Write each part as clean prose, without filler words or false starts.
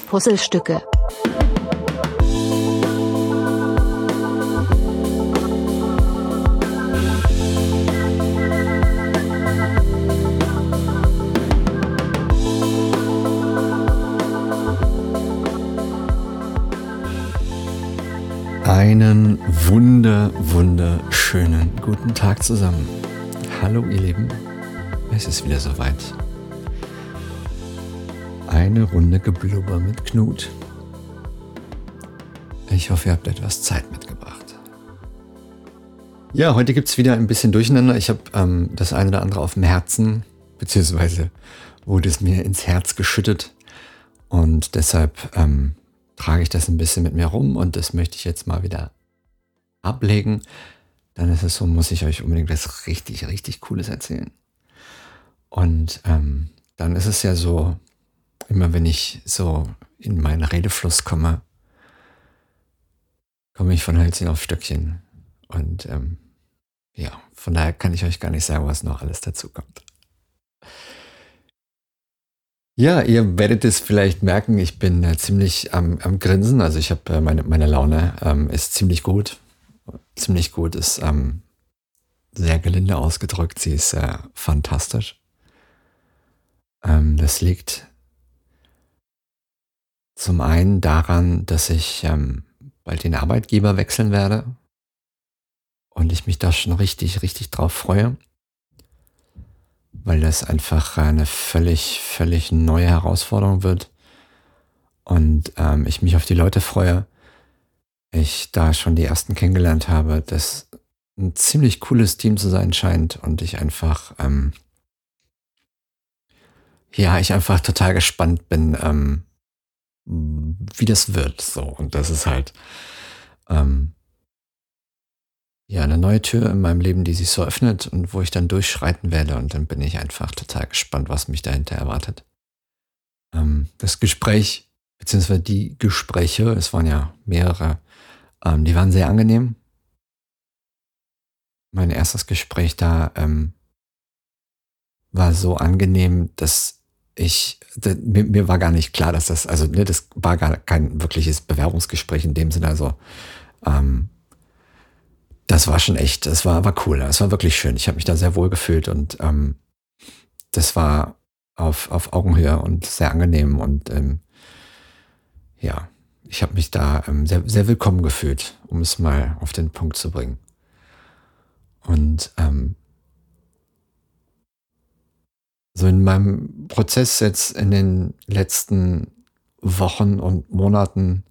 Puzzlestücke. Einen wunderschönen guten Tag zusammen. Hallo ihr Lieben, es ist wieder soweit. Eine Runde Geblubber mit Knut. Ich hoffe, ihr habt etwas Zeit mitgebracht. Ja, heute gibt es wieder ein bisschen Durcheinander. Ich habe das eine oder andere auf dem Herzen, beziehungsweise wurde es mir ins Herz geschüttet. Und deshalb trage ich das ein bisschen mit mir rum und das möchte ich jetzt mal wieder ablegen. Dann ist es so, muss ich euch unbedingt was richtig Cooles erzählen. Und dann ist es ja so, immer wenn ich so in meinen Redefluss komme ich von Hölzchen auf Stöckchen. Und ja, von daher kann ich euch gar nicht sagen, was noch alles dazu kommt. Ja, ihr werdet es vielleicht merken, ich bin ziemlich am Grinsen. Also ich habe meine Laune ist ziemlich gut. Ziemlich gut ist sehr gelinde ausgedrückt. Sie ist fantastisch. Das liegt zum einen daran, dass ich bald den Arbeitgeber wechseln werde und ich mich da schon richtig drauf freue, weil das einfach eine völlig neue Herausforderung wird und ich mich auf die Leute freue. Ich da schon die ersten kennengelernt habe, das ein ziemlich cooles Team zu sein scheint und ich einfach total gespannt bin, wie das wird. So, und das ist halt eine neue Tür in meinem Leben, die sich so öffnet und wo ich dann durchschreiten werde und dann bin ich einfach total gespannt, was mich dahinter erwartet. Das Gespräch, beziehungsweise die Gespräche, es waren ja mehrere, die waren sehr angenehm. Mein erstes Gespräch da war so angenehm, dass mir war gar nicht klar, dass das war gar kein wirkliches Bewerbungsgespräch in dem Sinne, also das war schon echt, das war cool, das war wirklich schön. Ich habe mich da sehr wohl gefühlt und das war auf Augenhöhe und sehr angenehm und ich habe mich da sehr willkommen gefühlt, um es mal auf den Punkt zu bringen. Und so in meinem Prozess jetzt in den letzten Wochen und Monaten,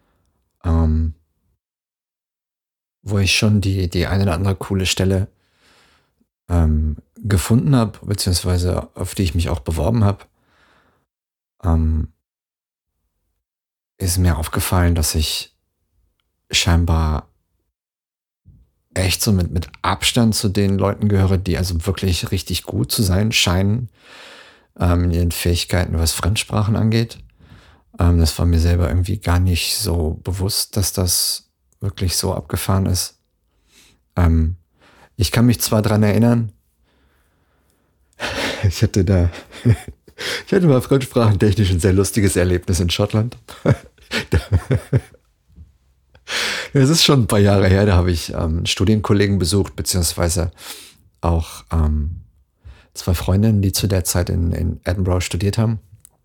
wo ich schon die eine oder andere coole Stelle gefunden habe, beziehungsweise auf die ich mich auch beworben habe, ist mir aufgefallen, dass ich scheinbar echt so mit Abstand zu den Leuten gehöre, die also wirklich richtig gut zu sein scheinen in ihren Fähigkeiten, was Fremdsprachen angeht. Das war mir selber irgendwie gar nicht so bewusst, dass das wirklich so abgefahren ist. Ich kann mich zwar dran erinnern, ich hatte mal fremdsprachentechnisch ein sehr lustiges Erlebnis in Schottland. Es ist schon ein paar Jahre her, da habe ich Studienkollegen besucht, beziehungsweise auch zwei Freundinnen, die zu der Zeit in Edinburgh studiert haben.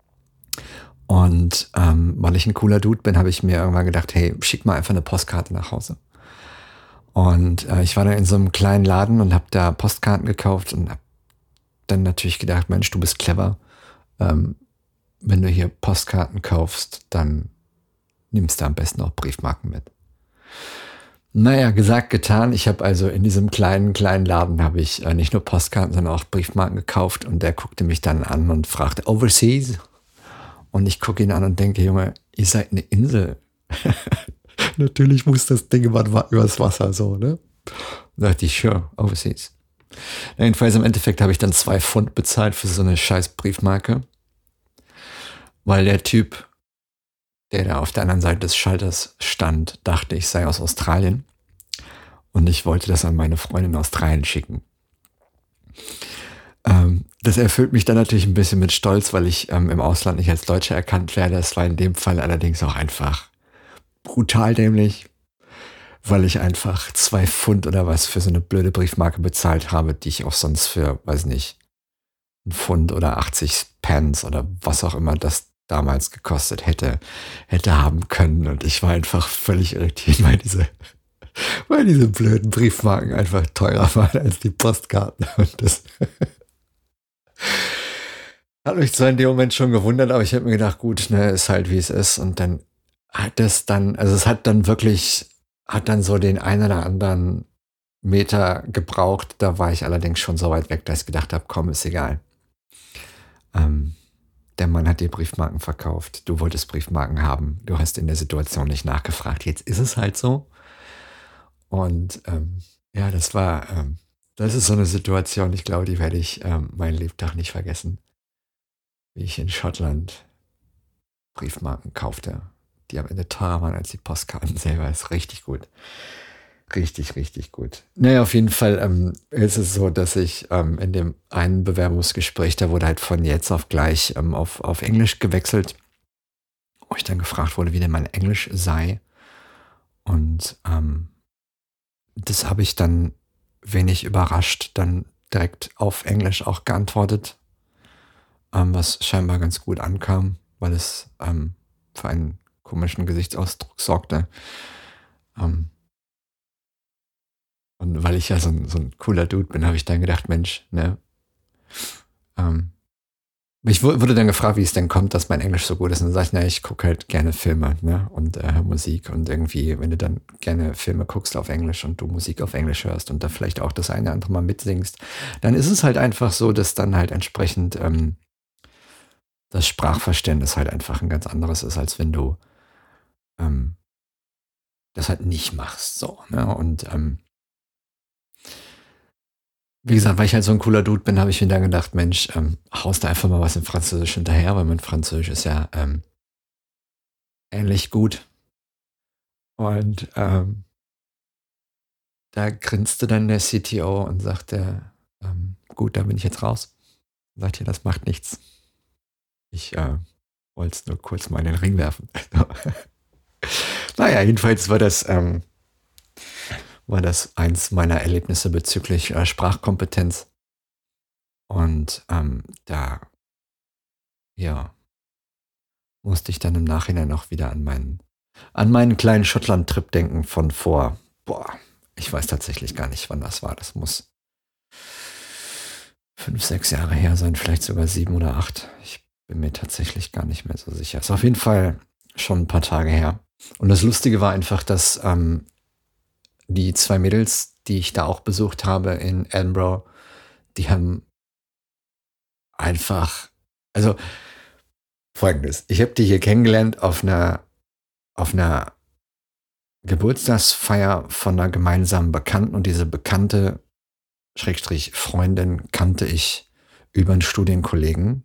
Und weil ich ein cooler Dude bin, habe ich mir irgendwann gedacht, hey, schick mal einfach eine Postkarte nach Hause. Und ich war dann in so einem kleinen Laden und habe da Postkarten gekauft und habe dann natürlich gedacht, Mensch, du bist clever. Wenn du hier Postkarten kaufst, dann nimmst du am besten auch Briefmarken mit. Naja, gesagt, getan. Ich habe also in diesem kleinen Laden habe ich nicht nur Postkarten, sondern auch Briefmarken gekauft und der guckte mich dann an und fragte, Overseas? Und ich gucke ihn an und denke, Junge, ihr seid eine Insel. Natürlich muss das Ding übers Wasser so, ne? Da dachte ich, sure, Overseas. Jedenfalls im Endeffekt habe ich dann 2 Pfund bezahlt für so eine scheiß Briefmarke, weil der Typ, der da auf der anderen Seite des Schalters stand, dachte, ich sei aus Australien und ich wollte das an meine Freundin in Australien schicken. das erfüllt mich dann natürlich ein bisschen mit Stolz, weil ich im Ausland nicht als Deutscher erkannt werde. Es war in dem Fall allerdings auch einfach brutal dämlich, weil ich einfach 2 Pfund oder was für so eine blöde Briefmarke bezahlt habe, die ich auch sonst für, weiß nicht, 1 Pfund oder 80 Pence oder was auch immer das damals gekostet hätte haben können. Und ich war einfach völlig irritiert, weil diese blöden Briefmarken einfach teurer waren als die Postkarten. Und das hat mich zwar in dem Moment schon gewundert, aber ich habe mir gedacht, gut, ne, ist halt wie es ist. Und dann also es hat dann wirklich, hat dann so den einen oder anderen Meter gebraucht. Da war ich allerdings schon so weit weg, dass ich gedacht habe, komm, ist egal. Der Mann hat dir Briefmarken verkauft. Du wolltest Briefmarken haben. Du hast in der Situation nicht nachgefragt. Jetzt ist es halt so. Und ja, das ist so eine Situation, ich glaube, die werde ich mein Lebtag nicht vergessen, wie ich in Schottland Briefmarken kaufte, die am Ende teurer waren als die Postkarten selber. Ist richtig gut. Richtig, richtig gut. Naja, auf jeden Fall ist es so, dass ich in dem einen Bewerbungsgespräch, da wurde halt von jetzt auf gleich auf Englisch gewechselt, wo ich dann gefragt wurde, wie denn mein Englisch sei. Und das habe ich dann wenig überrascht, dann direkt auf Englisch auch geantwortet, was scheinbar ganz gut ankam, weil es für einen komischen Gesichtsausdruck sorgte. Und weil ich ja so ein cooler Dude bin, habe ich dann gedacht, Mensch, ne? Ich wurde dann gefragt, wie es denn kommt, dass mein Englisch so gut ist. Und dann sage ich, na, ich gucke halt gerne Filme, ne? Und höre Musik. Und irgendwie, wenn du dann gerne Filme guckst auf Englisch und du Musik auf Englisch hörst und da vielleicht auch das eine oder andere Mal mitsingst, dann ist es halt einfach so, dass dann halt entsprechend das Sprachverständnis halt einfach ein ganz anderes ist, als wenn du das halt nicht machst. So, ne? Und wie gesagt, weil ich halt so ein cooler Dude bin, habe ich mir dann gedacht, Mensch, haust da einfach mal was in Französisch hinterher, weil mein Französisch ist ja ähnlich gut. Und da grinste dann der CTO und sagte, gut, da bin ich jetzt raus. Sagt ihr, das macht nichts. Ich wollte es nur kurz mal in den Ring werfen. Naja, jedenfalls war das eins meiner Erlebnisse bezüglich Sprachkompetenz. Und da, ja, musste ich dann im Nachhinein auch wieder an meinen kleinen Schottland-Trip denken von vor, ich weiß tatsächlich gar nicht, wann das war. Das muss 5, 6 Jahre her sein, vielleicht sogar 7 oder 8. Ich bin mir tatsächlich gar nicht mehr so sicher. Ist auf jeden Fall schon ein paar Tage her. Und das Lustige war einfach, dass die 2 Mädels, die ich da auch besucht habe in Edinburgh, die haben einfach, also Folgendes. Ich habe die hier kennengelernt auf einer Geburtstagsfeier von einer gemeinsamen Bekannten, und diese Bekannte, Schrägstrich Freundin, kannte ich über einen Studienkollegen,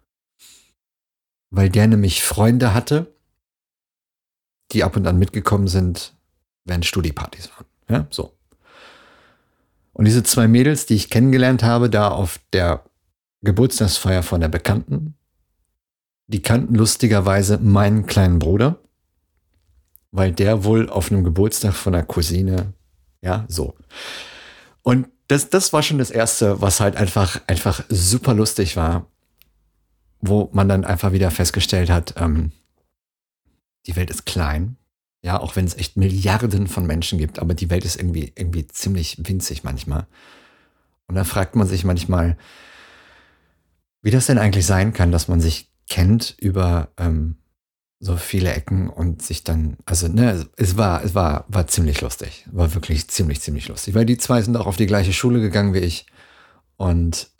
weil der nämlich Freunde hatte, die ab und an mitgekommen sind, wenn Studiepartys waren. Ja, so. Und diese 2 Mädels, die ich kennengelernt habe, da auf der Geburtstagsfeier von der Bekannten, die kannten lustigerweise meinen kleinen Bruder, weil der wohl auf einem Geburtstag von einer Cousine, ja, so. Und das war schon das Erste, was halt einfach super lustig war, wo man dann einfach wieder festgestellt hat, die Welt ist klein, ja, auch wenn es echt Milliarden von Menschen gibt, aber die Welt ist irgendwie ziemlich winzig manchmal. Und da fragt man sich manchmal, wie das denn eigentlich sein kann, dass man sich kennt über so viele Ecken und sich dann, also ne, es war ziemlich lustig. War wirklich ziemlich, ziemlich lustig. Weil die 2 sind auch auf die gleiche Schule gegangen wie ich. Und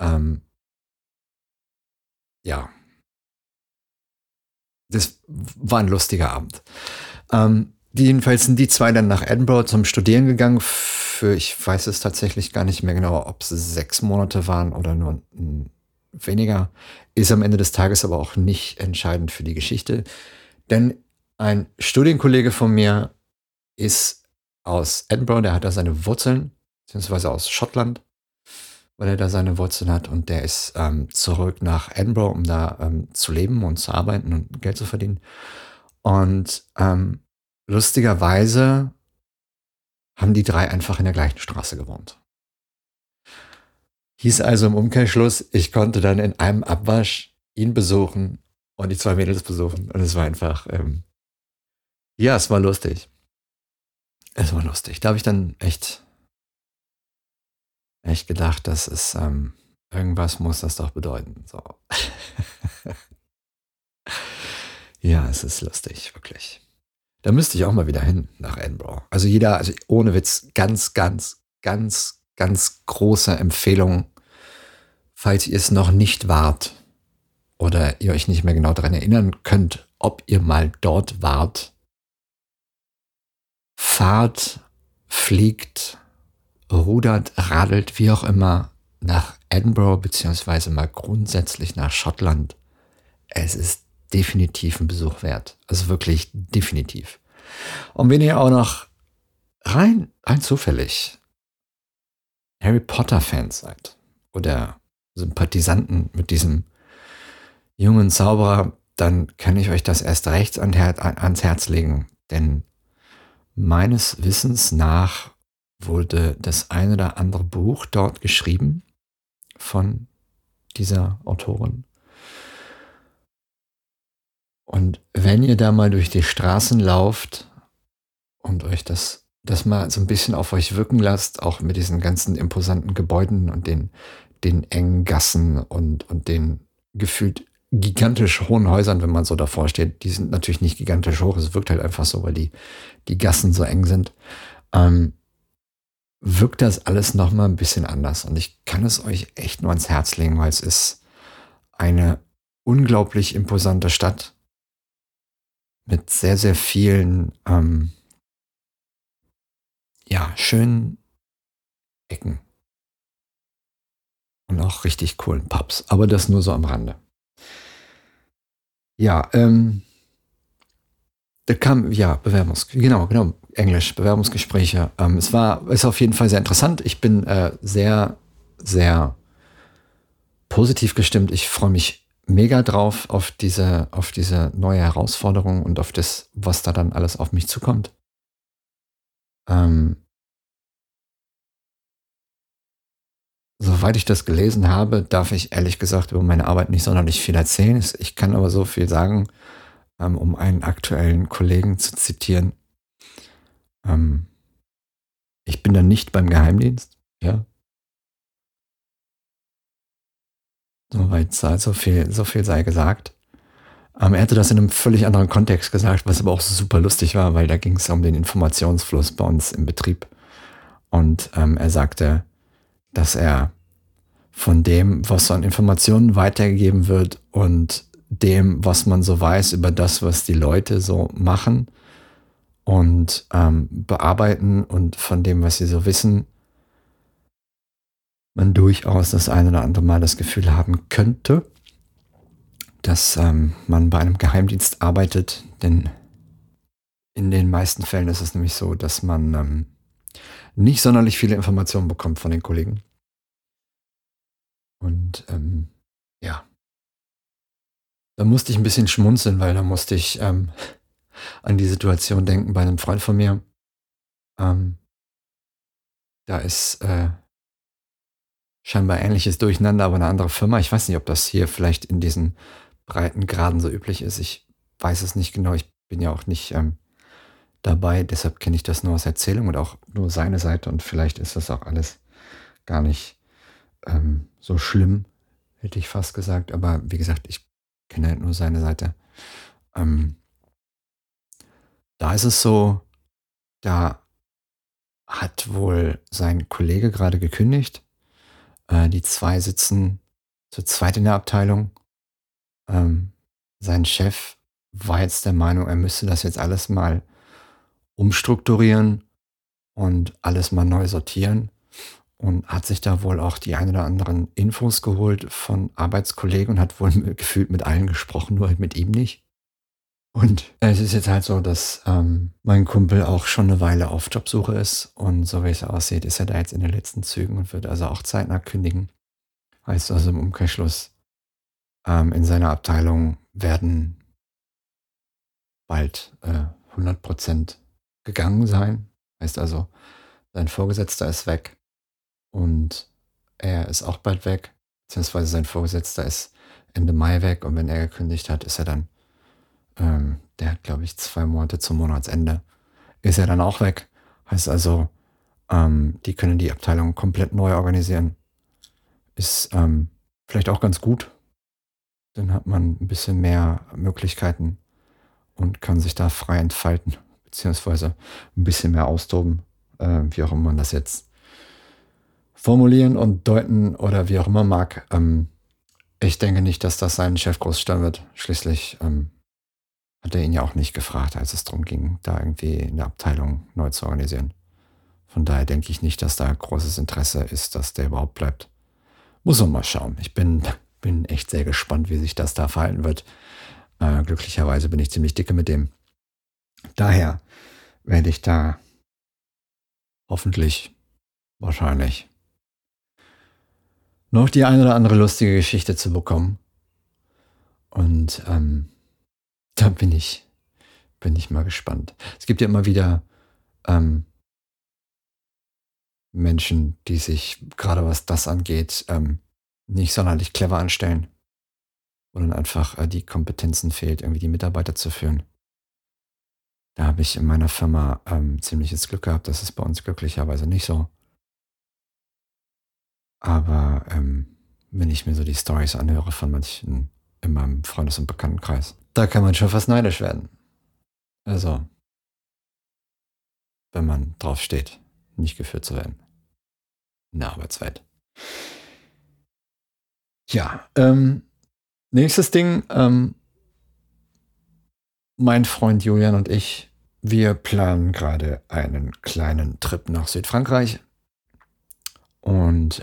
ja, das war ein lustiger Abend. Jedenfalls sind die 2 dann nach Edinburgh zum Studieren gegangen. Ich weiß es tatsächlich gar nicht mehr genau, ob es 6 Monate waren oder nur weniger. Ist am Ende des Tages aber auch nicht entscheidend für die Geschichte. Denn ein Studienkollege von mir ist aus Edinburgh, der hat da seine Wurzeln, beziehungsweise aus Schottland, weil er da seine Wurzeln hat und der ist zurück nach Edinburgh, um da zu leben und zu arbeiten und Geld zu verdienen. Und lustigerweise haben die drei einfach in der gleichen Straße gewohnt. Hieß also im Umkehrschluss, ich konnte dann in einem Abwasch ihn besuchen und die zwei Mädels besuchen. Und es war einfach, ja, es war lustig. Es war lustig. Da habe ich dann echt gedacht, das ist, irgendwas muss das doch bedeuten. So. Ja, es ist lustig, wirklich. Da müsste ich auch mal wieder hin nach Edinburgh. Also ohne Witz, ganz große Empfehlung, falls ihr es noch nicht wart oder ihr euch nicht mehr genau daran erinnern könnt, ob ihr mal dort wart. Fahrt, fliegt, rudert, radelt, wie auch immer, nach Edinburgh beziehungsweise mal grundsätzlich nach Schottland. Es ist definitiv ein Besuch wert. Also wirklich definitiv. Und wenn ihr auch noch rein zufällig Harry Potter Fans seid oder Sympathisanten mit diesem jungen Zauberer, dann kann ich euch das erst recht ans Herz legen. Denn meines Wissens nach wurde das ein oder andere Buch dort geschrieben von dieser Autorin. Und wenn ihr da mal durch die Straßen lauft und euch das mal so ein bisschen auf euch wirken lasst, auch mit diesen ganzen imposanten Gebäuden und den engen Gassen und den gefühlt gigantisch hohen Häusern, wenn man so davor steht, die sind natürlich nicht gigantisch hoch, es wirkt halt einfach so, weil die Gassen so eng sind, wirkt das alles nochmal ein bisschen anders. Und ich kann es euch echt nur ans Herz legen, weil es ist eine unglaublich imposante Stadt mit sehr, sehr vielen, schönen Ecken und auch richtig coolen Pubs. Aber das nur so am Rande. Ja, da kam, ja, genau, Englisch, Bewerbungsgespräche. Ist auf jeden Fall sehr interessant. Ich bin sehr, sehr positiv gestimmt. Ich freue mich mega drauf auf diese neue Herausforderung und auf das, was da dann alles auf mich zukommt. Soweit ich das gelesen habe, darf ich ehrlich gesagt über meine Arbeit nicht sonderlich viel erzählen. Ich kann aber so viel sagen, um einen aktuellen Kollegen zu zitieren. Ich bin dann nicht beim Geheimdienst, ja. So viel sei gesagt. Er hatte das in einem völlig anderen Kontext gesagt, was aber auch super lustig war, weil da ging es um den Informationsfluss bei uns im Betrieb. Und er sagte, dass er von dem, was so an Informationen weitergegeben wird und dem, was man so weiß über das, was die Leute so machen und bearbeiten und von dem, was sie so wissen, man durchaus das ein oder andere Mal das Gefühl haben könnte, dass man bei einem Geheimdienst arbeitet, denn in den meisten Fällen ist es nämlich so, dass man nicht sonderlich viele Informationen bekommt von den Kollegen. Und ja, da musste ich ein bisschen schmunzeln, weil da musste ich an die Situation denken bei einem Freund von mir. Ähm, Da ist scheinbar ähnliches Durcheinander, aber eine andere Firma. Ich weiß nicht, ob das hier vielleicht in diesen Breitengraden so üblich ist. Ich weiß es nicht genau. Ich bin ja auch nicht dabei, deshalb kenne ich das nur aus Erzählung und auch nur seine Seite und vielleicht ist das auch alles gar nicht so schlimm, hätte ich fast gesagt. Aber wie gesagt, ich kenne halt nur seine Seite. Ähm, Da ist es so, da hat wohl sein Kollege gerade gekündigt. Die zwei sitzen zu zweit in der Abteilung. Sein Chef war jetzt der Meinung, er müsste das jetzt alles mal umstrukturieren und alles mal neu sortieren und hat sich da wohl auch die ein oder anderen Infos geholt von Arbeitskollegen und hat wohl gefühlt mit allen gesprochen, nur halt mit ihm nicht. Und es ist jetzt halt so, dass mein Kumpel auch schon eine Weile auf Jobsuche ist und so wie es aussieht, ist er da jetzt in den letzten Zügen und wird also auch zeitnah kündigen. Heißt also im Umkehrschluss, in seiner Abteilung werden bald 100% gegangen sein. Heißt also, sein Vorgesetzter ist weg und er ist auch bald weg, beziehungsweise sein Vorgesetzter ist Ende Mai weg und wenn er gekündigt hat, ist er dann, der hat glaube ich 2 Monate zum Monatsende, ist er dann auch weg. Heißt also, die können die Abteilung komplett neu organisieren. Ist vielleicht auch ganz gut. Dann hat man ein bisschen mehr Möglichkeiten und kann sich da frei entfalten, beziehungsweise ein bisschen mehr austoben, wie auch immer man das jetzt formulieren und deuten oder wie auch immer mag. Ich denke nicht, dass das seinen Chef groß stören wird. Schließlich hat er ihn ja auch nicht gefragt, als es darum ging, da irgendwie eine Abteilung neu zu organisieren. Von daher denke ich nicht, dass da großes Interesse ist, dass der überhaupt bleibt. Muss man mal schauen. Ich bin echt sehr gespannt, wie sich das da verhalten wird. Glücklicherweise bin ich ziemlich dicke mit dem. Daher werde ich da hoffentlich, wahrscheinlich, noch die eine oder andere lustige Geschichte zu bekommen. Und da bin ich mal gespannt. Es gibt ja immer wieder ähm, Menschen, die sich, gerade was das angeht, nicht sonderlich clever anstellen, wo dann einfach die Kompetenzen fehlt, irgendwie die Mitarbeiter zu führen. Da habe ich in meiner Firma ziemliches Glück gehabt. Das ist bei uns glücklicherweise nicht so. Aber wenn ich mir so die Stories anhöre von manchen in meinem Freundes- und Bekanntenkreis, da kann man schon fast neidisch werden. Also, wenn man drauf steht, nicht geführt zu werden in der Arbeitswelt. Ja, nächstes Ding, mein Freund Julian und ich, wir planen gerade einen kleinen Trip nach Südfrankreich. Und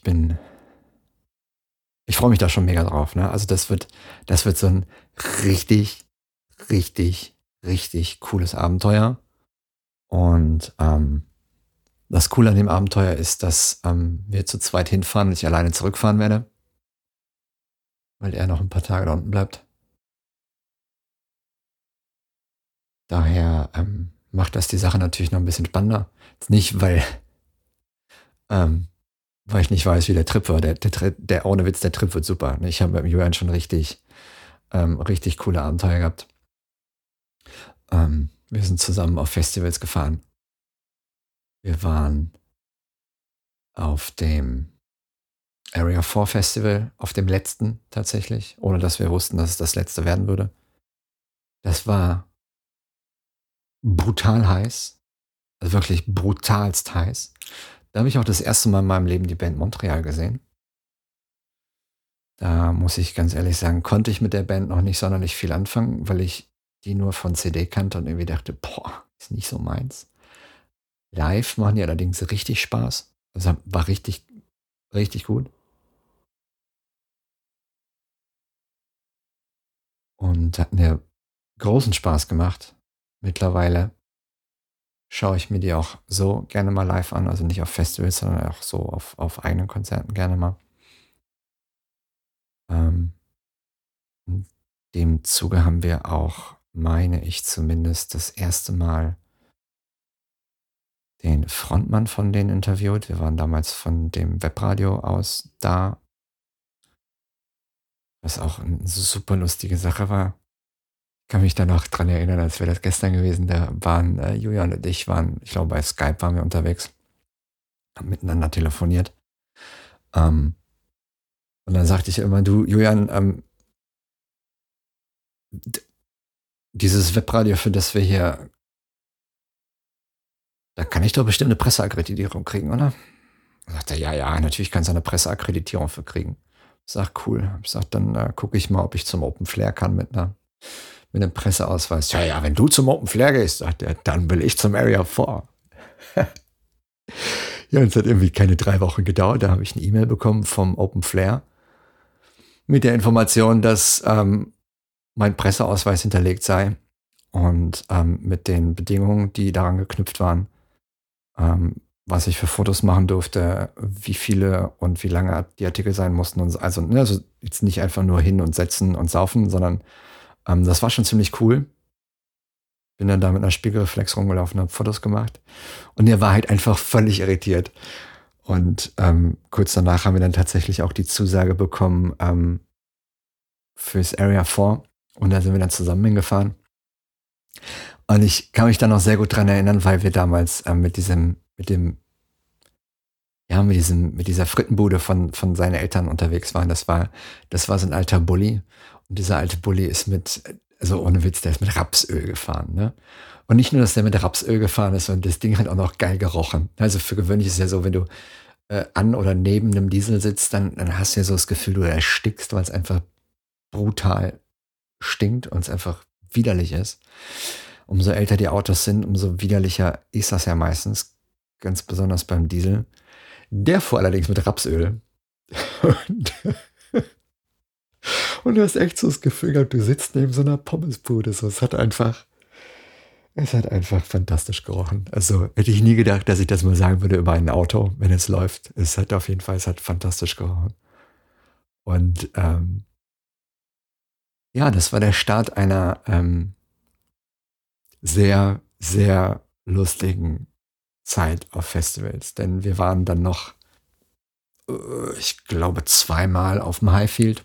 ich freue mich da schon mega drauf. Ne? Also das wird so ein richtig, richtig, richtig cooles Abenteuer. Und das Coole an dem Abenteuer ist, dass wir zu zweit hinfahren und ich alleine zurückfahren werde, weil er noch ein paar Tage da unten bleibt. Daher macht das die Sache natürlich noch ein bisschen spannender. Jetzt nicht, ähm, weil ich nicht weiß, wie der Trip war. Der ohne Witz, der Trip wird super. Ich habe mit Julian schon richtig coole Abenteuer gehabt. Wir sind zusammen auf Festivals gefahren. Wir waren auf dem Area 4 Festival, auf dem letzten tatsächlich, ohne dass wir wussten, dass es das letzte werden würde. Das war brutal heiß, also wirklich brutalst heiß. Da habe ich auch das erste Mal in meinem Leben die Band Montreal gesehen. Da muss ich ganz ehrlich sagen, konnte ich mit der Band noch nicht sonderlich viel anfangen, weil ich die nur von CD kannte und irgendwie dachte, boah, ist nicht so meins. Live machen die allerdings richtig Spaß. Also war richtig, richtig gut. Und hat mir großen Spaß gemacht. Mittlerweile schaue ich mir die auch so gerne mal live an, also nicht auf Festivals, sondern auch so auf eigenen Konzerten gerne mal. Ähm, in dem Zuge haben wir auch, meine ich zumindest, das erste Mal den Frontmann von denen interviewt. Wir waren damals von dem Webradio aus da, was auch eine super lustige Sache war. Ich kann mich da noch dran erinnern, als wäre das gestern gewesen. Da waren Julian und ich ich glaube bei Skype waren wir unterwegs, haben miteinander telefoniert. Ähm, und dann sagte ich immer, du Julian, dieses Webradio, für das wir hier, da kann ich doch bestimmt eine Presseakkreditierung kriegen, oder? Da sagt er, ja, ja, natürlich kannst du eine Presseakkreditierung für kriegen. Ich sag, cool. Ich sag, dann gucke ich mal, ob ich zum Open Flair kann mit einem Presseausweis. Ja, ja, wenn du zum Open Flair gehst, sagt er, dann will ich zum Area 4. Ja, und es hat irgendwie keine 3 Wochen gedauert. Da habe ich eine E-Mail bekommen vom Open Flair mit der Information, dass mein Presseausweis hinterlegt sei und mit den Bedingungen, die daran geknüpft waren, was ich für Fotos machen durfte, wie viele und wie lange die Artikel sein mussten und so. Also, ne, also jetzt nicht einfach nur hin und setzen und saufen, sondern das war schon ziemlich cool. Bin dann da mit einer Spiegelreflex rumgelaufen, habe Fotos gemacht und er war halt einfach völlig irritiert. Und kurz danach haben wir dann tatsächlich auch die Zusage bekommen fürs Area 4 und da sind wir dann zusammen hingefahren. Und ich kann mich da noch sehr gut dran erinnern, weil wir damals mit dieser Frittenbude von seinen Eltern unterwegs waren. Das war so ein alter Bulli. Und dieser alte Bulli ist also ohne Witz, der ist mit Rapsöl gefahren, ne? Und nicht nur, dass der mit Rapsöl gefahren ist, sondern das Ding hat auch noch geil gerochen. Also für gewöhnlich ist es ja so, wenn du an oder neben einem Diesel sitzt, dann hast du ja so das Gefühl, du erstickst, weil es einfach brutal stinkt und es einfach widerlich ist. Umso älter die Autos sind, umso widerlicher ist das ja meistens. Ganz besonders beim Diesel. Der fuhr allerdings mit Rapsöl. Und, und du hast echt so das Gefühl gehabt, du sitzt neben so einer Pommesbude. So, es hat einfach fantastisch gerochen. Also hätte ich nie gedacht, dass ich das mal sagen würde über ein Auto, wenn es läuft. Es hat fantastisch gerochen. Und ja, das war der Start einer sehr, sehr lustigen Zeit auf Festivals. Denn wir waren dann noch, ich glaube, zweimal auf dem Highfield.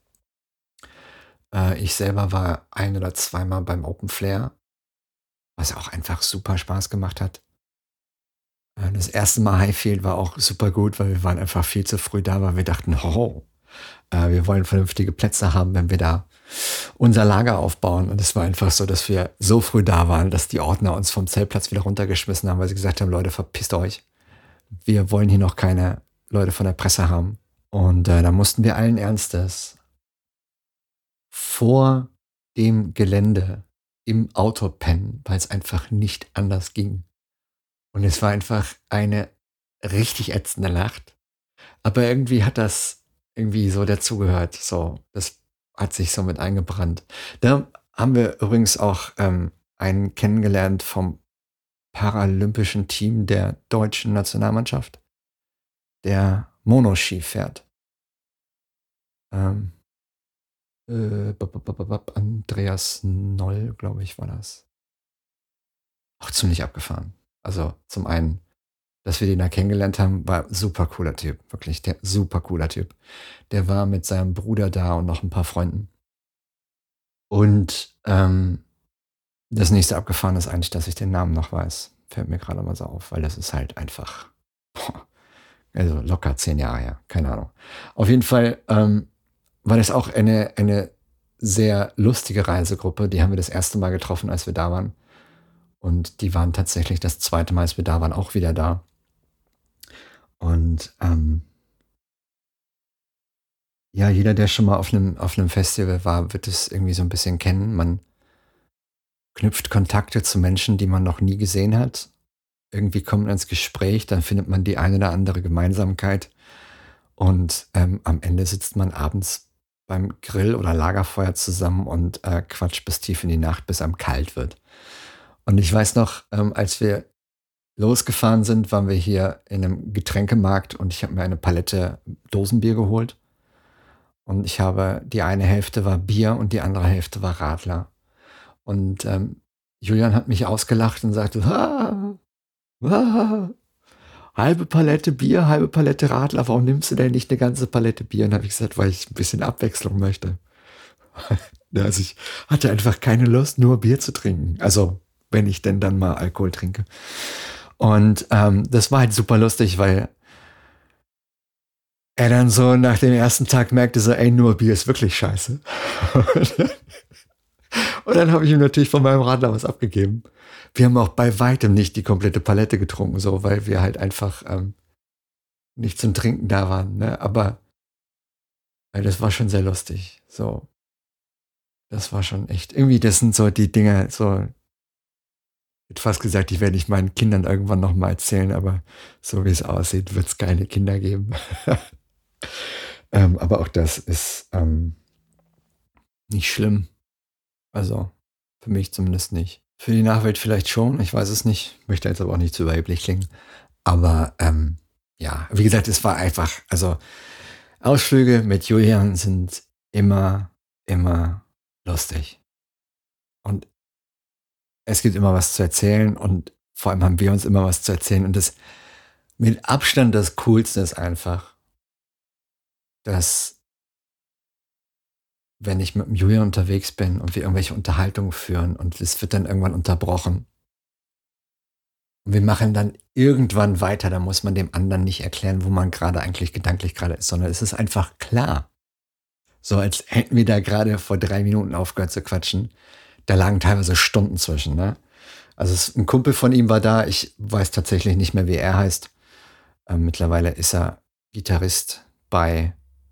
Ich selber war ein- oder zweimal beim Open Flair, was auch einfach super Spaß gemacht hat. Das erste Mal Highfield war auch super gut, weil wir waren einfach viel zu früh da, weil wir dachten, wir wollen vernünftige Plätze haben, wenn wir da unser Lager aufbauen. Und es war einfach so, dass wir so früh da waren, dass die Ordner uns vom Zeltplatz wieder runtergeschmissen haben, weil sie gesagt haben, Leute, verpisst euch. Wir wollen hier noch keine Leute von der Presse haben. Und da mussten wir allen Ernstes vor dem Gelände im Auto pennen, weil es einfach nicht anders ging. Und es war einfach eine richtig ätzende Nacht. Aber irgendwie hat das irgendwie so dazugehört. So, das hat sich so mit eingebrannt. Da haben wir übrigens auch einen kennengelernt vom paralympischen Team der deutschen Nationalmannschaft, der Monoski fährt. Andreas Noll, glaube ich, war das. Auch ziemlich abgefahren. Also zum einen, dass wir den da kennengelernt haben, war super cooler Typ. Wirklich, der super cooler Typ. Der war mit seinem Bruder da und noch ein paar Freunden. Und das nächste abgefahren ist eigentlich, dass ich den Namen noch weiß. Fällt mir gerade mal so auf, weil das ist halt einfach, also locker 10 Jahre her, keine Ahnung. Auf jeden Fall war das auch eine sehr lustige Reisegruppe. Die haben wir das erste Mal getroffen, als wir da waren. Und die waren tatsächlich das zweite Mal, als wir da waren, auch wieder da. Und ja, jeder, der schon mal auf einem Festival war, wird es irgendwie so ein bisschen kennen. Man knüpft Kontakte zu Menschen, die man noch nie gesehen hat. Irgendwie kommt man ins Gespräch, dann findet man die eine oder andere Gemeinsamkeit. Und am Ende sitzt man abends beim Grill oder Lagerfeuer zusammen und quatscht bis tief in die Nacht, bis einem kalt wird. Und ich weiß noch, als wir losgefahren sind, waren wir hier in einem Getränkemarkt und ich habe mir eine Palette Dosenbier geholt. Und ich habe, die eine Hälfte war Bier und die andere Hälfte war Radler. Und Julian hat mich ausgelacht und sagte, halbe Palette Bier, halbe Palette Radler, warum nimmst du denn nicht eine ganze Palette Bier? Und habe ich gesagt, weil ich ein bisschen Abwechslung möchte. Ja, also ich hatte einfach keine Lust, nur Bier zu trinken. Also wenn ich denn dann mal Alkohol trinke. Und das war halt super lustig, weil er dann so nach dem ersten Tag merkte so, ey, nur Bier ist wirklich scheiße. Und dann habe ich ihm natürlich von meinem Radler was abgegeben. Wir haben auch bei weitem nicht die komplette Palette getrunken, so, weil wir halt einfach nicht zum Trinken da waren. Ne? Aber das war schon sehr lustig. So, das war schon echt. Irgendwie, das sind so die Dinge, so, ich hätte fast gesagt, die werde ich meinen Kindern irgendwann nochmal erzählen, aber so wie es aussieht, wird es keine Kinder geben. Aber auch das ist nicht schlimm. Also für mich zumindest nicht. Für die Nachwelt vielleicht schon, ich weiß es nicht. Möchte jetzt aber auch nicht zu überheblich klingen. Aber ja, wie gesagt, es war einfach, also Ausflüge mit Julian sind immer, immer lustig. Und es gibt immer was zu erzählen und vor allem haben wir uns immer was zu erzählen. Und das mit Abstand das Coolste ist einfach, dass wenn ich mit dem Julian unterwegs bin und wir irgendwelche Unterhaltungen führen und es wird dann irgendwann unterbrochen und wir machen dann irgendwann weiter, da muss man dem anderen nicht erklären, wo man gerade eigentlich gedanklich gerade ist, sondern es ist einfach klar. So als hätten wir da gerade vor 3 Minuten aufgehört zu quatschen. Da lagen teilweise Stunden zwischen, ne? Also ein Kumpel von ihm war da, ich weiß tatsächlich nicht mehr, wie er heißt. Mittlerweile ist er Gitarrist bei,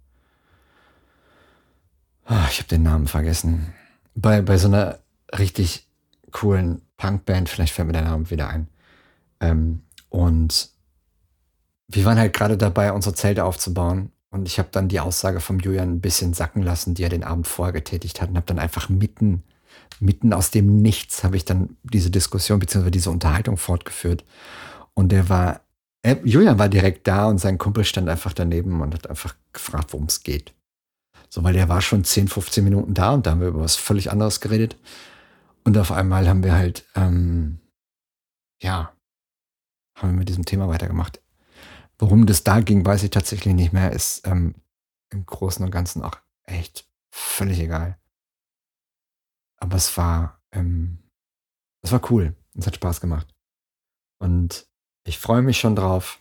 ich habe den Namen vergessen, bei so einer richtig coolen Punkband, vielleicht fällt mir der Name wieder ein. Und wir waren halt gerade dabei, unsere Zelte aufzubauen. Und ich habe dann die Aussage vom Julian ein bisschen sacken lassen, die er den Abend vorher getätigt hat. Und habe dann einfach mitten aus dem Nichts, habe ich dann diese Diskussion bzw. diese Unterhaltung fortgeführt. Und Julian war direkt da und sein Kumpel stand einfach daneben und hat einfach gefragt, worum es geht. So, weil der war schon 10, 15 Minuten da und da haben wir über was völlig anderes geredet. Und auf einmal haben wir halt, ja, haben wir mit diesem Thema weitergemacht. Worum das da ging, weiß ich tatsächlich nicht mehr. Ist im Großen und Ganzen auch echt völlig egal. Aber es war cool. Es hat Spaß gemacht. Und ich freue mich schon drauf,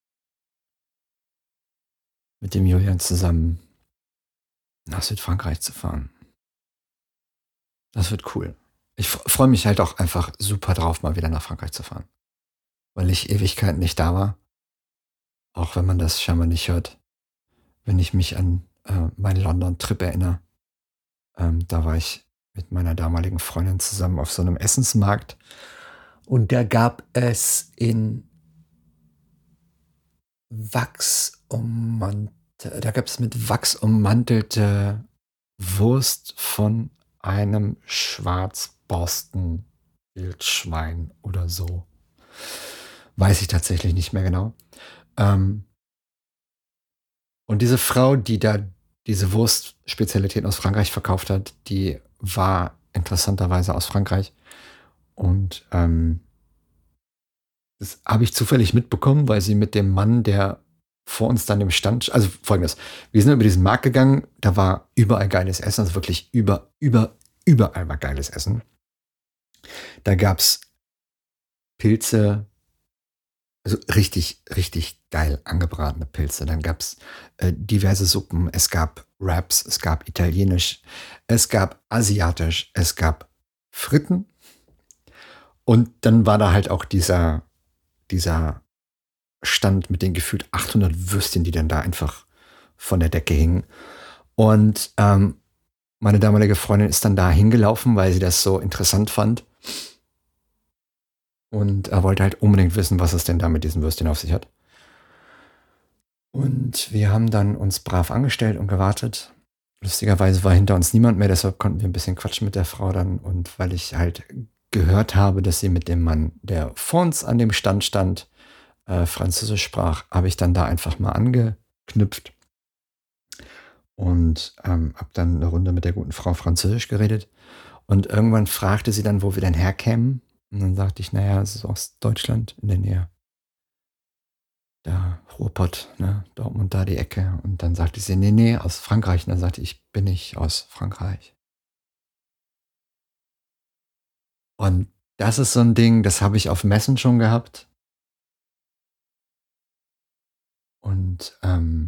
mit dem Julian zusammen nach Südfrankreich zu fahren. Das wird cool. Ich freue mich halt auch einfach super drauf, mal wieder nach Frankreich zu fahren. Weil ich Ewigkeiten nicht da war. Auch wenn man das scheinbar nicht hört. Wenn ich mich an meinen London-Trip erinnere. Da war ich mit meiner damaligen Freundin zusammen auf so einem Essensmarkt. Und da gab es da gab es mit Wachs ummantelte Wurst von einem Schwarzborsten-Wildschwein oder so. Weiß ich tatsächlich nicht mehr genau. Und diese Frau, die da diese Wurstspezialitäten aus Frankreich verkauft hat, die war interessanterweise aus Frankreich. Und das habe ich zufällig mitbekommen, weil sie mit dem Mann, der vor uns dann im Stand, also folgendes, wir sind über diesen Markt gegangen, da war überall geiles Essen, also wirklich überall war geiles Essen. Da gab's Pilze, also richtig, richtig geil angebratene Pilze. Dann gab's diverse Suppen, es gab Wraps, es gab Italienisch, es gab Asiatisch, es gab Fritten und dann war da halt auch dieser Stand mit den gefühlt 800 Würstchen, die dann da einfach von der Decke hingen. Und meine damalige Freundin ist dann da hingelaufen, weil sie das so interessant fand. Und er wollte halt unbedingt wissen, was es denn da mit diesen Würstchen auf sich hat. Und wir haben dann uns brav angestellt und gewartet. Lustigerweise war hinter uns niemand mehr, deshalb konnten wir ein bisschen quatschen mit der Frau dann. Und weil ich halt gehört habe, dass sie mit dem Mann, der vor uns an dem Stand stand, Französisch sprach, habe ich dann da einfach mal angeknüpft und habe dann eine Runde mit der guten Frau Französisch geredet. Und irgendwann fragte sie dann, wo wir denn herkämen. Und dann sagte ich, naja, es ist aus Deutschland in der Nähe. Da Ruhrpott, ne, Dortmund, da die Ecke. Und dann sagte sie, nee, aus Frankreich. Und dann sagte ich, bin nicht aus Frankreich. Und das ist so ein Ding, das habe ich auf Messen schon gehabt. Und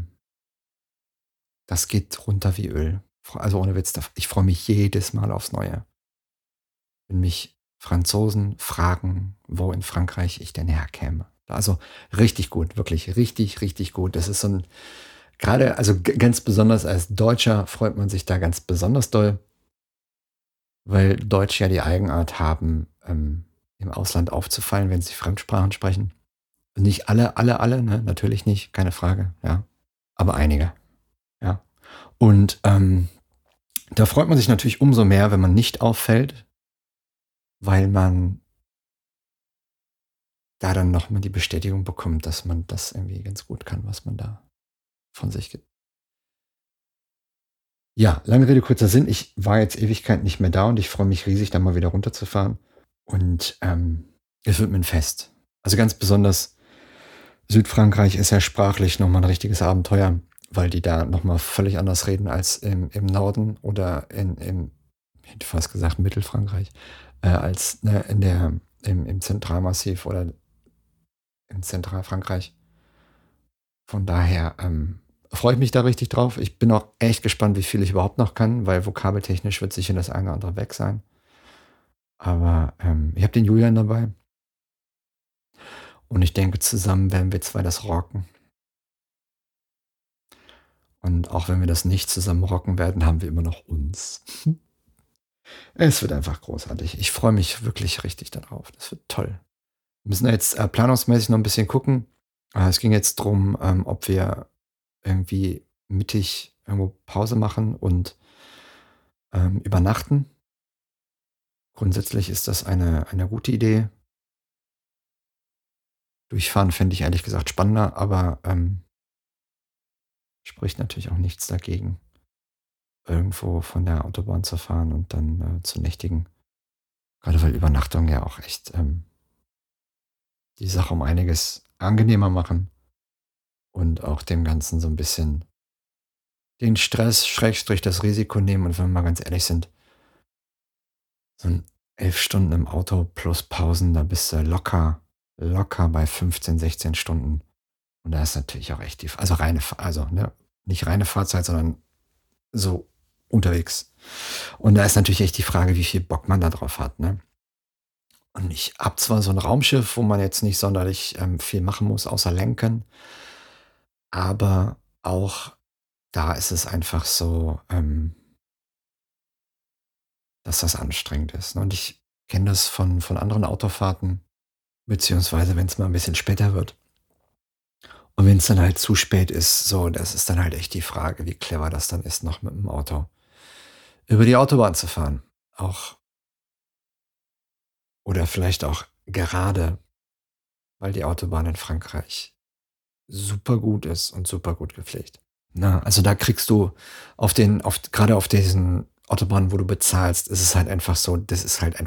das geht runter wie Öl. Also ohne Witz, ich freue mich jedes Mal aufs Neue. Wenn mich Franzosen fragen, wo in Frankreich ich denn herkäme. Also richtig gut, wirklich richtig, richtig gut. Das ist so ein, gerade, also ganz besonders als Deutscher freut man sich da ganz besonders doll, weil Deutsche ja die Eigenart haben, im Ausland aufzufallen, wenn sie Fremdsprachen sprechen. Nicht alle, ne? Natürlich nicht, keine Frage, ja. Aber einige, ja. Und Da freut man sich natürlich umso mehr, wenn man nicht auffällt, weil man da dann noch mal die Bestätigung bekommt, dass man das irgendwie ganz gut kann, was man da von sich gibt. Ja, lange Rede, kurzer Sinn. Ich war jetzt Ewigkeiten nicht mehr da und ich freue mich riesig, da mal wieder runterzufahren. Und es wird mir ein Fest. Also ganz besonders Südfrankreich ist ja sprachlich noch mal 'n richtiges Abenteuer, weil die da noch mal völlig anders reden als im Norden oder ich hätte fast gesagt Mittelfrankreich, als, ne, im Zentralmassiv oder in Zentralfrankreich. Von daher, freue ich mich da richtig drauf. Ich bin auch echt gespannt, wie viel ich überhaupt noch kann, weil vokabeltechnisch wird sicher das eine oder andere weg sein. Aber, ich habe den Julian dabei und ich denke, zusammen werden wir 2 das rocken. Und auch wenn wir das nicht zusammen rocken werden, haben wir immer noch uns. Es wird einfach großartig. Ich freue mich wirklich richtig darauf. Das wird toll. Wir müssen jetzt, planungsmäßig noch ein bisschen gucken. Es ging jetzt drum, ob wir irgendwie mittig irgendwo Pause machen und, übernachten. Grundsätzlich ist das eine gute Idee. Durchfahren fände ich ehrlich gesagt spannender, aber, spricht natürlich auch nichts dagegen, irgendwo von der Autobahn zu fahren und dann, zu nächtigen. Gerade weil Übernachtungen ja auch echt, die Sache um einiges angenehmer machen und auch dem Ganzen so ein bisschen den Stress, Schrägstrich das Risiko nehmen. Und wenn wir mal ganz ehrlich sind, so 'n 11 Stunden im Auto plus Pausen, da bist du locker bei 15, 16 Stunden. Und da ist natürlich auch echt also ne, nicht reine Fahrzeit, sondern so unterwegs. Und da ist natürlich echt die Frage, wie viel Bock man da drauf hat, ne? Und ich habe zwar so ein Raumschiff, wo man jetzt nicht sonderlich, viel machen muss, außer lenken, aber auch da ist es einfach so, dass das anstrengend ist, ne? Und ich kenne das von anderen Autofahrten, beziehungsweise wenn es mal ein bisschen später wird. Und wenn es dann halt zu spät ist, so, das ist dann halt echt die Frage, wie clever das dann ist, noch mit dem Auto über die Autobahn zu fahren. Auch oder vielleicht auch gerade, weil die Autobahn in Frankreich super gut ist und super gut gepflegt. Na, also da kriegst du gerade auf diesen Autobahnen, wo du bezahlst, ist es halt einfach so, das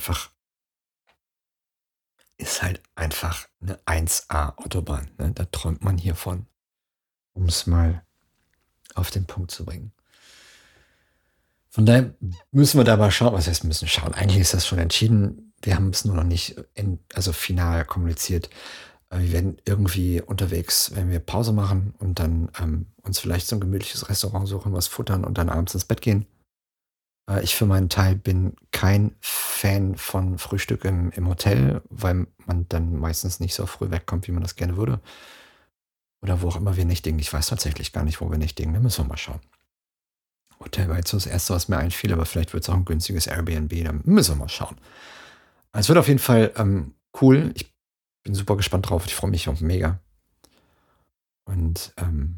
ist halt einfach 'ne 1A Autobahn, ne? Da träumt man hier von, um's mal auf den Punkt zu bringen. Von daher müssen wir da mal schauen, was heißt müssen schauen? Eigentlich ist das schon entschieden. Wir haben es nur noch nicht final kommuniziert. Wir werden irgendwie unterwegs, wenn wir Pause machen und dann, uns vielleicht so ein gemütliches Restaurant suchen, was futtern und dann abends ins Bett gehen. Ich für meinen Teil bin kein Fan von Frühstück im Hotel, weil man dann meistens nicht so früh wegkommt, wie man das gerne würde. Oder wo auch immer wir nächtigen. Ich weiß tatsächlich gar nicht, wo wir nächtigen. Da müssen wir mal schauen. Hotel war jetzt so das Erste, was mir einfiel, aber vielleicht wird es auch ein günstiges Airbnb, da müssen wir mal schauen. Es wird auf jeden Fall, cool. Ich bin super gespannt drauf. Ich freue mich auch mega. Und,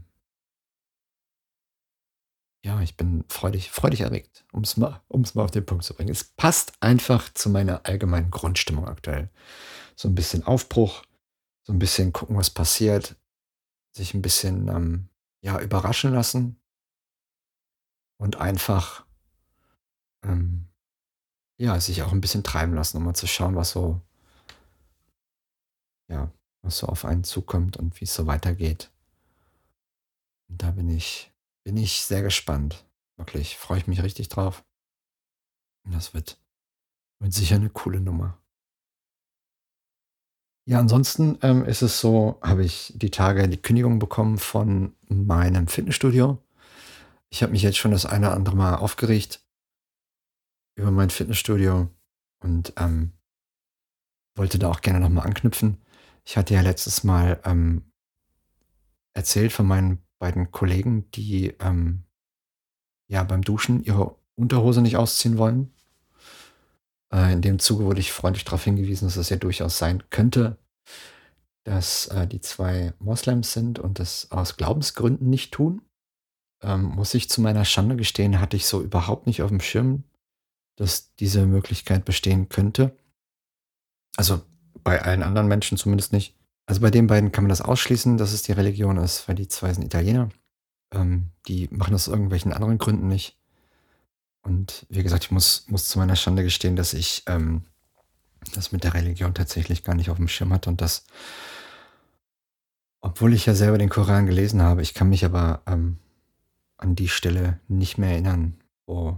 ja, ich bin freudig erregt, um es mal auf den Punkt zu bringen. Es passt einfach zu meiner allgemeinen Grundstimmung aktuell. So ein bisschen Aufbruch, so ein bisschen gucken, was passiert, sich ein bisschen, ja, überraschen lassen und einfach, ähm, ja, sich auch ein bisschen treiben lassen, um mal zu schauen, ja, was so auf einen zukommt und wie es so weitergeht. Und da bin ich sehr gespannt. Wirklich, freue ich mich richtig drauf. Und das wird sicher eine coole Nummer. Ja, ansonsten, ist es so, habe ich die Tage die Kündigung bekommen von meinem Fitnessstudio. Ich habe mich jetzt schon das eine oder andere Mal aufgeregt über mein Fitnessstudio und, wollte da auch gerne noch mal anknüpfen. Ich hatte ja letztes Mal, erzählt von meinen beiden Kollegen, die, ja, beim Duschen ihre Unterhose nicht ausziehen wollen. In dem Zuge wurde ich freundlich darauf hingewiesen, dass es ja durchaus sein könnte, dass, die 2 Moslems sind und das aus Glaubensgründen nicht tun. muss ich zu meiner Schande gestehen, hatte ich so überhaupt nicht auf dem Schirm, dass diese Möglichkeit bestehen könnte. Also, bei allen anderen Menschen zumindest nicht. Also, bei den beiden kann man das ausschließen, dass es die Religion ist, weil die 2 sind Italiener. Die machen das aus irgendwelchen anderen Gründen nicht. Und wie gesagt, ich muss zu meiner Schande gestehen, dass ich, das mit der Religion tatsächlich gar nicht auf dem Schirm hatte und das, obwohl ich ja selber den Koran gelesen habe. Ich kann mich aber, an die Stelle nicht mehr erinnern, wo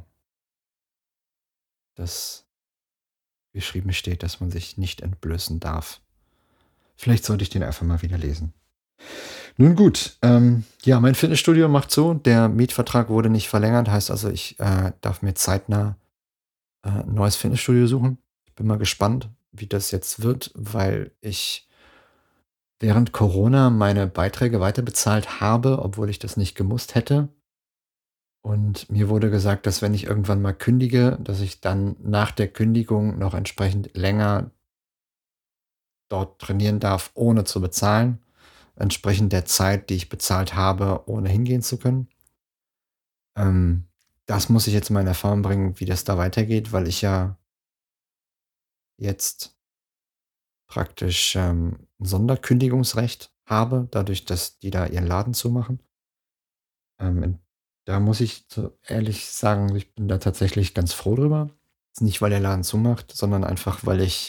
das geschrieben steht, dass man sich nicht entblößen darf. Vielleicht sollte ich den einfach mal wieder lesen. Nun gut, ja, mein Fitnessstudio macht zu. Der Mietvertrag wurde nicht verlängert, heißt also, ich, darf mir zeitnah, 'n neues Fitnessstudio suchen. Ich bin mal gespannt, wie das jetzt wird, weil ich während Corona meine Beiträge weiterbezahlt habe, obwohl ich das nicht gemusst hätte. Und mir wurde gesagt, dass wenn ich irgendwann mal kündige, dass ich dann nach der Kündigung noch entsprechend länger dort trainieren darf, ohne zu bezahlen, entsprechend der Zeit, die ich bezahlt habe, ohne hingehen zu können. Ähm, Das muss ich jetzt mal in Erfahrung bringen, wie das da weitergeht, weil ich ja jetzt praktisch, 'n Sonderkündigungsrecht habe, dadurch, dass die da ihren Laden zumachen. In Da muss ich so ehrlich sagen, ich bin da tatsächlich ganz froh drüber. Ist nicht, weil der Laden zumacht, sondern einfach, weil ich,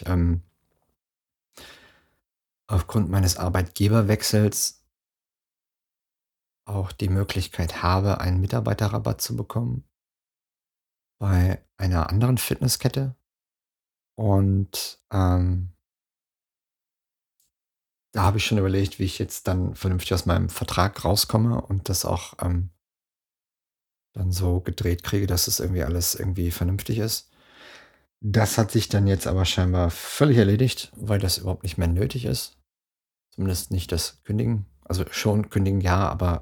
aufgrund meines Arbeitgeberwechsels auch die Möglichkeit habe, einen Mitarbeiterrabatt zu bekommen bei einer anderen Fitnesskette. Und, da habe ich schon überlegt, wie ich jetzt dann vernünftig aus meinem Vertrag rauskomme und das auch, dann so gedreht kriege, dass es irgendwie alles irgendwie vernünftig ist. Das hat sich dann jetzt aber scheinbar völlig erledigt, weil das überhaupt nicht mehr nötig ist. Zumindest nicht das Kündigen. Also schon kündigen, ja, aber,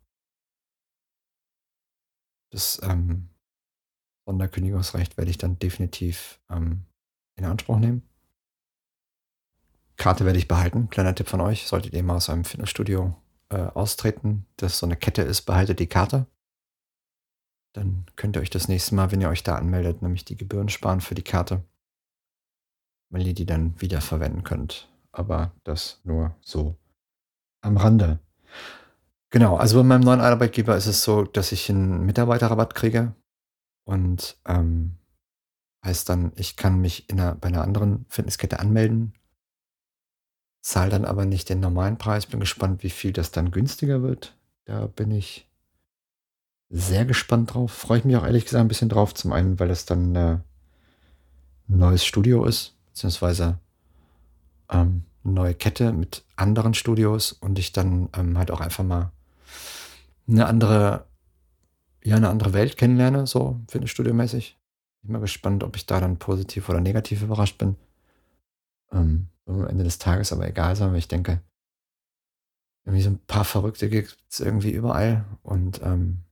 das, Sonderkündigungsrecht werde ich dann definitiv, in Anspruch nehmen. Karte werde ich behalten. Kleiner Tipp von euch: Solltet ihr mal aus einem Fitnessstudio, austreten, das so eine Kette ist, behaltet die Karte. Dann könnt ihr euch das nächste Mal, wenn ihr euch da anmeldet, nämlich die Gebühren sparen für die Karte, weil ihr die dann wieder verwenden könnt. Aber das nur so am Rande. Genau, also bei meinem neuen Arbeitgeber ist es so, dass ich einen Mitarbeiterrabatt kriege und, heißt dann, ich kann mich bei einer anderen Fitnesskette anmelden, zahle dann aber nicht den normalen Preis. Bin gespannt, wie viel das dann günstiger wird. Da bin ich sehr gespannt drauf. Freue ich mich auch ehrlich gesagt ein bisschen drauf. Zum einen, weil das dann, 'n neues Studio ist, beziehungsweise, 'ne neue Kette mit anderen Studios und ich dann, halt auch einfach mal eine andere eine andere Welt kennenlerne, so fitnessstudiomäßig. Bin mal gespannt, ob ich da dann positiv oder negativ überrascht bin. Wird am Ende des Tages aber egal sein, weil ich denke, irgendwie so ein paar Verrückte gibt's irgendwie überall und,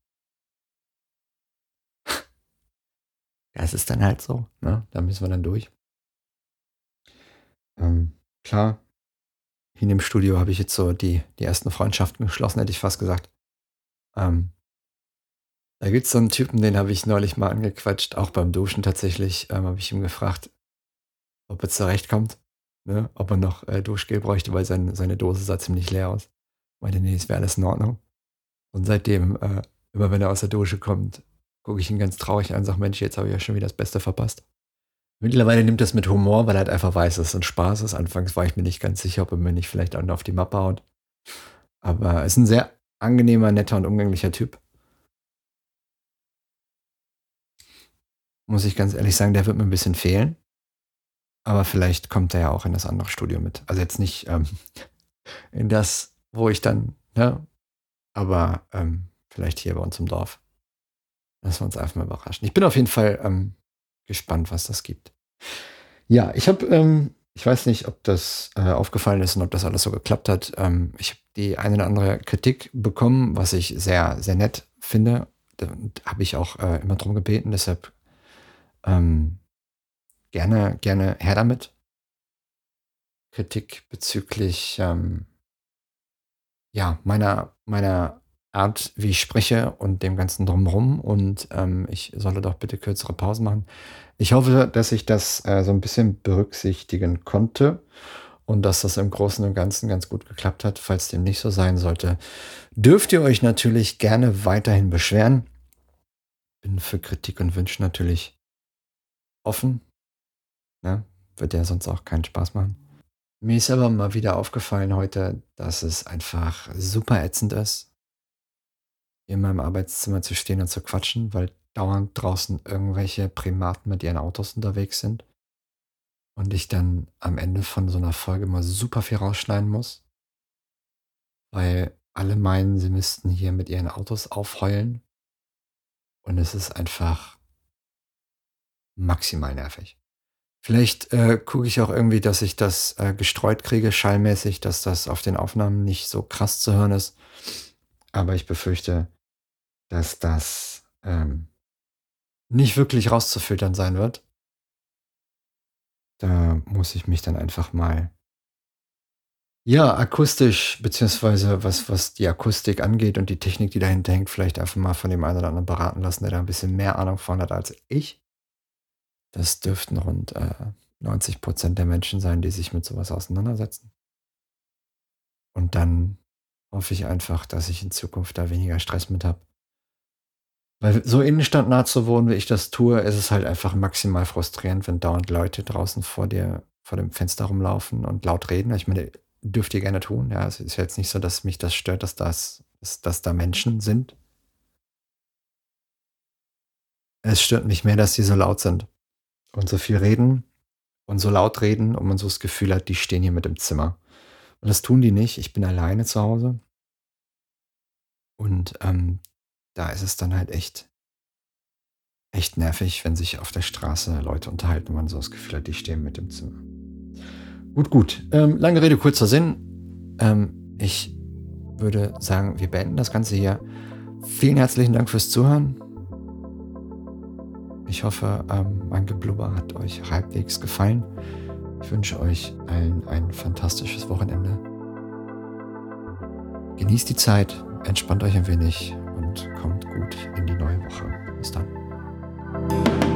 ja, es ist dann halt so, ne? Da müssen wir dann durch. Klar, hier in dem Studio habe ich jetzt so die ersten Freundschaften geschlossen, hätte ich fast gesagt. Ähm, Da gibt's so einen Typen, den habe ich neulich mal angequatscht, auch beim Duschen tatsächlich, habe ich ihn gefragt, ob er zurechtkommt, ne? Ob er noch, Duschgel bräuchte, weil seine Dose sah ziemlich leer aus. Meinte: „Ne, es wäre alles in Ordnung." Und seitdem, immer wenn er aus der Dusche kommt, gucke ich ihn ganz traurig an und sage: „Mensch, jetzt habe ich ja schon wieder das Beste verpasst." Mittlerweile nimmt er's mit Humor, weil er halt einfach weiß, dass es 'n Spaß ist. Anfangs war ich mir nicht ganz sicher, ob er mir nicht vielleicht einen auf die Mappe haut. Aber er ist 'n sehr angenehmer, netter und umgänglicher Typ. Muss ich ganz ehrlich sagen, der wird mir 'n bisschen fehlen, aber vielleicht kommt er ja auch in das andere Studio mit. Also jetzt nicht, in das, wo ich dann, ne, aber, vielleicht hier bei uns im Dorf. Lassen wir uns einfach mal überraschen. Ich bin auf jeden Fall, gespannt, was das gibt. Ja, ich weiß nicht, ob das, aufgefallen ist und ob das alles so geklappt hat. Ich habe die eine oder andere Kritik bekommen, was ich sehr, sehr nett finde. Da habe ich auch, immer drum gebeten, deshalb, ähm, gerne her damit. Kritik bezüglich, ja, meiner Art, wie ich spreche und dem Ganzen drumherum und ich solle doch bitte kürzere Pausen machen. Ich hoffe, dass ich das so ein bisschen berücksichtigen konnte und dass das im Großen und Ganzen ganz gut geklappt hat. Falls dem nicht so sein sollte, dürft ihr euch natürlich gerne weiterhin beschweren. Bin für Kritik und Wünsche natürlich offen, ne? Wird ja sonst auch keinen Spaß machen. Mir ist aber mal wieder aufgefallen heute, dass es einfach super ätzend ist, in meinem Arbeitszimmer zu stehen und zu quatschen, weil dauernd draußen irgendwelche Primaten mit ihren Autos unterwegs sind und ich dann am Ende von so einer Folge mal super viel rausschneiden muss, weil alle meinen, sie müssten hier mit ihren Autos aufheulen und es ist einfach maximal nervig. Vielleicht gucke ich auch irgendwie, dass ich das gestreut kriege, schallmäßig, dass das auf den Aufnahmen nicht so krass zu hören ist. Aber ich befürchte, dass das nicht wirklich rauszufiltern sein wird. Da muss ich mich dann einfach mal, ja, akustisch, beziehungsweise was die Akustik angeht und die Technik, die dahinter hängt, vielleicht einfach mal von dem einen oder anderen beraten lassen, der da ein bisschen mehr Ahnung von hat als ich. Das dürften rund 90% der Menschen sein, die sich mit sowas auseinandersetzen. Und dann hoffe ich einfach, dass ich in Zukunft da weniger Stress mit habe. Weil so innenstadtnah zu wohnen, wie ich das tue, ist es halt einfach maximal frustrierend, wenn dauernd Leute draußen vor dir, vor dem Fenster rumlaufen und laut reden. Ich meine, dürft ihr gerne tun. Ja, es ist ja jetzt nicht so, dass mich das stört, dass da Menschen sind. Es stört mich mehr, dass die so laut sind und so viel reden und so laut reden und man so das Gefühl hat, die stehen hier mit im Zimmer. Und das tun die nicht. Ich bin alleine zu Hause und da ist es dann halt echt nervig, wenn sich auf der Straße Leute unterhalten und man so das Gefühl hat, die stehen mit im Zimmer. Gut, gut. Lange Rede, kurzer Sinn. Ich würde sagen, wir beenden das Ganze hier. Vielen herzlichen Dank fürs Zuhören. Ich hoffe, mein Geblubber hat euch halbwegs gefallen. Ich wünsche euch allen ein fantastisches Wochenende. Genießt die Zeit, entspannt euch ein wenig und kommt gut in die neue Woche. Bis dann.